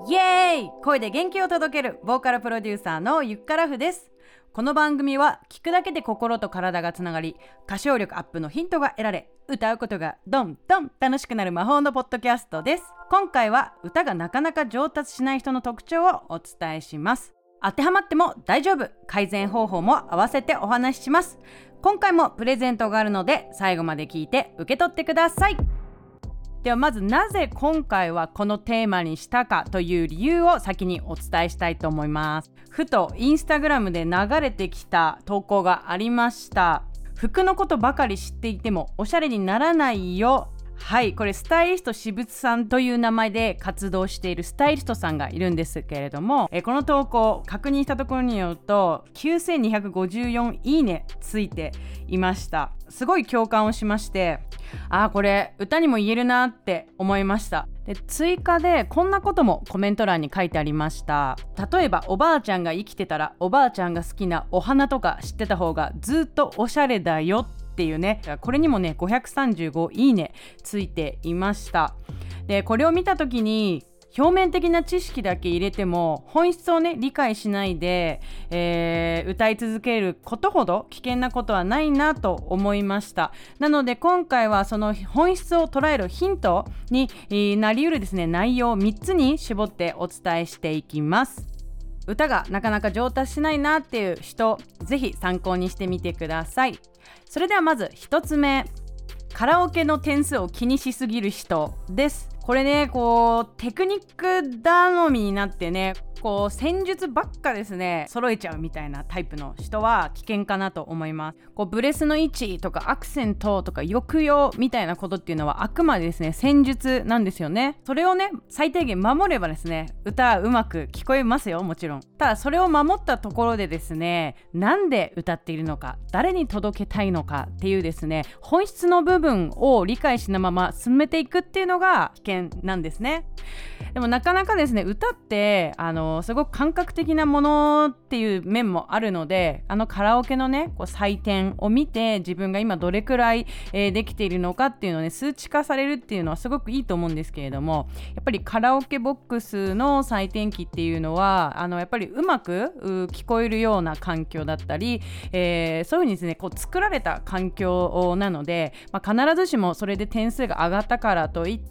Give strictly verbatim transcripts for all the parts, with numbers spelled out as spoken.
イエーイ、声で元気を届けるボーカルプロデューサーのゆっからふです。この番組は聞くだけで心と体がつながり、歌唱力アップのヒントが得られ、歌うことがどんどん楽しくなる魔法のポッドキャストです。今回は歌がなかなか上達しない人の特徴をお伝えします。当てはまっても大丈夫、改善方法も合わせてお話しします。今回もプレゼントがあるので最後まで聞いて受け取ってください。ではまず、なぜ今回はこのテーマにしたかという理由を先にお伝えしたいと思います。ふとインスタグラムで流れてきた投稿がありました。服のことばかり知っていてもおしゃれにならないよ。はい、これスタイリストしぶつさんという名前で活動しているスタイリストさんがいるんですけれども、えこの投稿確認したところによるときゅうせんにひゃくごじゅうよんいいねついていました。すごい共感をしまして、あーこれ歌にも言えるなって思いました。で追加でこんなこともコメント欄に書いてありました。例えばおばあちゃんが生きてたらおばあちゃんが好きなお花とか知ってた方がずっとおしゃれだよっていうね、これにもねごひゃくさんじゅうごいいねついていました。でこれを見た時に表面的な知識だけ入れても本質をね理解しないで、えー、歌い続けることほど危険なことはないなと思いました。なので今回はその本質を捉えるヒントになりうるですね内容をみっつに絞ってお伝えしていきます。歌がなかなか上達しないなっていう人、ぜひ参考にしてみてください。それではまずひとつめ、カラオケの点数を気にしすぎる人です。これね、こうテクニック頼みになってね、こう戦術ばっかですね揃えちゃうみたいなタイプの人は危険かなと思います。こうブレスの位置とかアクセントとか抑揚みたいなことっていうのはあくまでですね戦術なんですよね。それをね最低限守ればですね歌うまく聞こえますよ、もちろん。ただそれを守ったところでですね、なんで歌っているのか、誰に届けたいのかっていうですね本質の部分を理解しなまま進めていくっていうのが危険なんですね。でもなかなかですね歌ってあのすごく感覚的なものっていう面もあるので、あのカラオケのねこう採点を見て自分が今どれくらい、えー、できているのかっていうのをね数値化されるっていうのはすごくいいと思うんですけれども、やっぱりカラオケボックスの採点機っていうのはあのやっぱりうまくう聞こえるような環境だったり、えー、そういう風にですねこう作られた環境なので、まあ、必ずしもそれで点数が上がったからといって、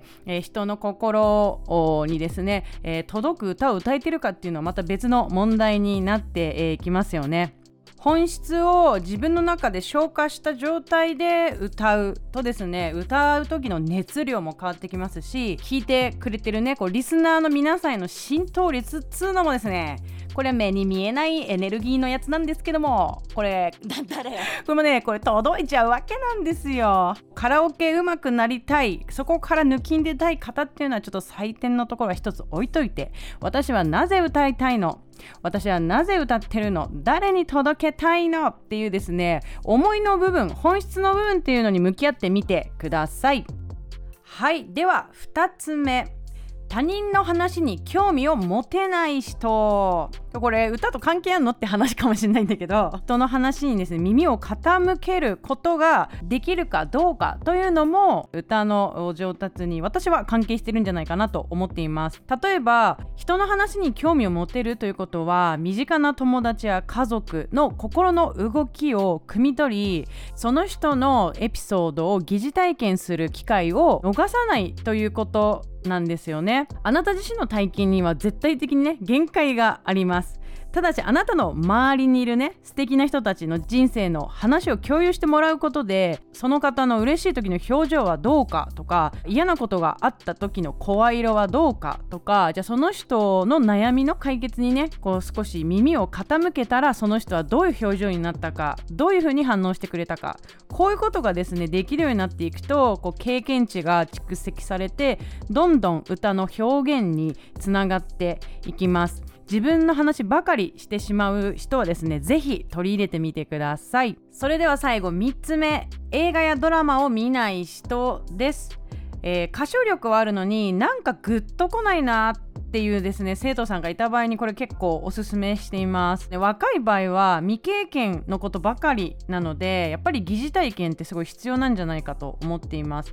えー、人の心にですね、えー、届く歌を歌えてるかっていうのはまた別の問題になっていきますよね。本質を自分の中で消化した状態で歌うとですね、歌う時の熱量も変わってきますし、聴いてくれてるねこうリスナーの皆さんへの浸透率っつうのもですね、これ目に見えないエネルギーのやつなんですけども、これ誰これもねこれ届いちゃうわけなんですよ。カラオケ上手くなりたい、そこから抜きんでたい方っていうのはちょっと採点のところは一つ置いといて、私はなぜ歌いたいの、私はなぜ歌ってるの、誰に届けたいのっていうですね思いの部分、本質の部分っていうのに向き合ってみてください。はい、ではふたつめ、他人の話に興味を持てない人。これ歌と関係あるのって話かもしれないんだけど、人の話にですね耳を傾けることができるかどうかというのも歌の上達に私は関係してるんじゃないかなと思っています。例えば人の話に興味を持てるということは、身近な友達や家族の心の動きを汲み取り、その人のエピソードを疑似体験する機会を逃さないということなんですよね。あなた自身の体験には絶対的にね限界があります。ただしあなたの周りにいるね素敵な人たちの人生の話を共有してもらうことで、その方の嬉しい時の表情はどうかとか、嫌なことがあった時の声色はどうかとか、じゃあその人の悩みの解決にねこう少し耳を傾けたら、その人はどういう表情になったか、どういう風に反応してくれたか、こういうことがですねできるようになっていくと、こう経験値が蓄積されてどんどん歌の表現につながっていきます。自分の話ばかりしてしまう人はですねぜひ取り入れてみてください。それでは最後みっつめ、映画やドラマを見ない人です。えー、歌唱力はあるのになんかグッとこないなっていうですね生徒さんがいた場合にこれ結構おすすめしています。で若い場合は未経験のことばかりなので、やっぱり疑似体験ってすごい必要なんじゃないかと思っています。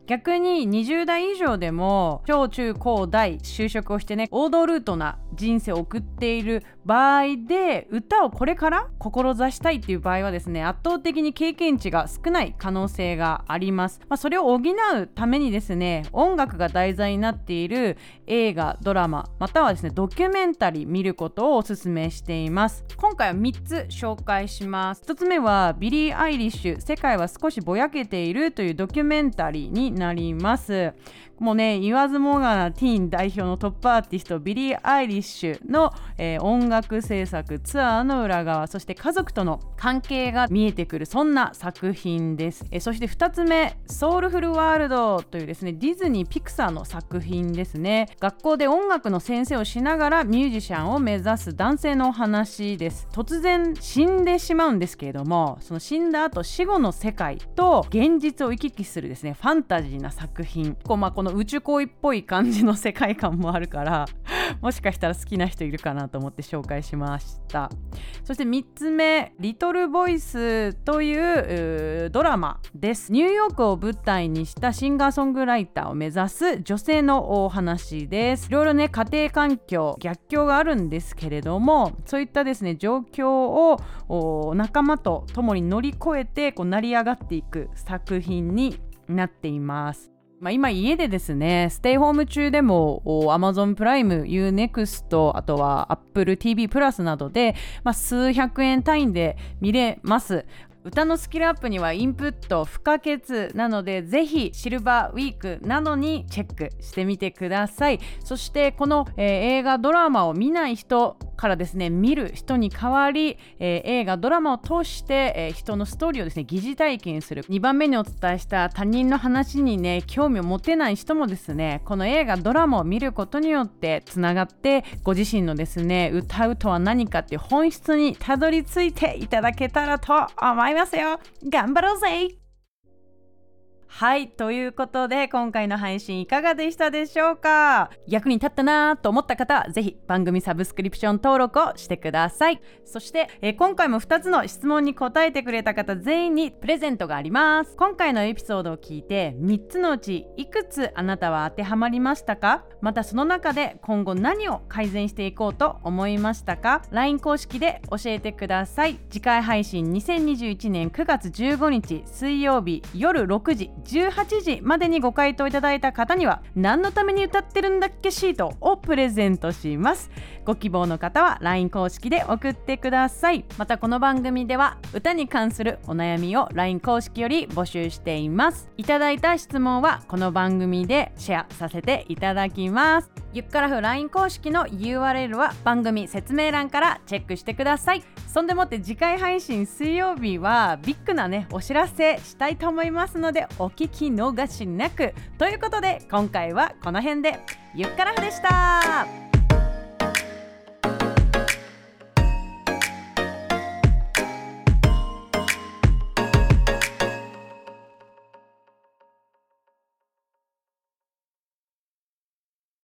逆ににじゅう代以上でも小中高大就職をしてね、王道ルートな人生を送っている場合で歌をこれから志したいっていう場合はですね、圧倒的に経験値が少ない可能性があります。まあ、それを補うためにですね、音楽が題材になっている映画、ドラマ、またはですねドキュメンタリー見ることをお勧めしています。今回はみっつ紹介します。ひとつめはビリー・アイリッシュ、世界は少しぼやけているというドキュメンタリーになります。もうね、言わずもがなティーン代表のトップアーティストビリー・アイリッシュの、えー、音楽制作ツアーの裏側、そして家族との関係が見えてくる、そんな作品です。えー、そしてふたつめ、ソウルフルワールドというですねディズニー・ピクサーの作品ですね。学校で音楽の先生をしながらミュージシャンを目指す男性のお話です。突然死んでしまうんですけれども、その死んだ後死後の世界と現実を行き来するですねファンタジーな作品。こう、まあ、この宇宙恋っぽい感じの世界観もあるからもしかしたら好きな人いるかなと思って紹介しました。そしてみっつめ、リトルボイスというドラマです。ニューヨークを舞台にしたシンガーソングライターを目指す女性のお話です。いろいろね、家庭環境逆境があるんですけれども、そういったですね状況を仲間と共に乗り越えてこう成り上がっていく作品になっています。まあ、今家でですねステイホーム中でも Amazon プライム、ユーネクスト、あとは Apple ティーブイ プラスなどで、まあ、数百円単位で見れます。歌のスキルアップにはインプット不可欠なので、ぜひシルバーウィークなどにチェックしてみてください。そしてこの、えー、映画ドラマを見ない人からですね見る人に代わり、えー、映画ドラマを通して、えー、人のストーリーをですね疑似体験する。にばんめにお伝えした他人の話にね興味を持てない人もですね、この映画ドラマを見ることによってつながって、ご自身のですね歌うとは何かっていう本質にたどり着いていただけたらと思いますよ。頑張ろうぜ。はい、ということで今回の配信いかがでしたでしょうか。役に立ったなと思った方はぜひ番組サブスクリプション登録をしてください。そして、えー、今回もふたつの質問に答えてくれた方全員にプレゼントがあります。今回のエピソードを聞いてみっつのうちいくつあなたは当てはまりましたか。またその中で今後何を改善していこうと思いましたか。 ライン 公式で教えてください。次回配信にせんにじゅういちねんくがつじゅうごにち水曜日夜ろくじじゅうはちじまでにご回答いただいた方には何のために歌ってるんだっけシートをプレゼントします。ご希望の方は ライン 公式で送ってください。またこの番組では歌に関するお悩みを ライン 公式より募集しています。いただいた質問はこの番組でシェアさせていただきます。ゆっからふ ライン 公式の ユーアールエル は番組説明欄からチェックしてください。そんでもって次回配信水曜日はビッグなねお知らせしたいと思いますのでお聞き逃しなく。ということで今回はこの辺でゆっからふでした。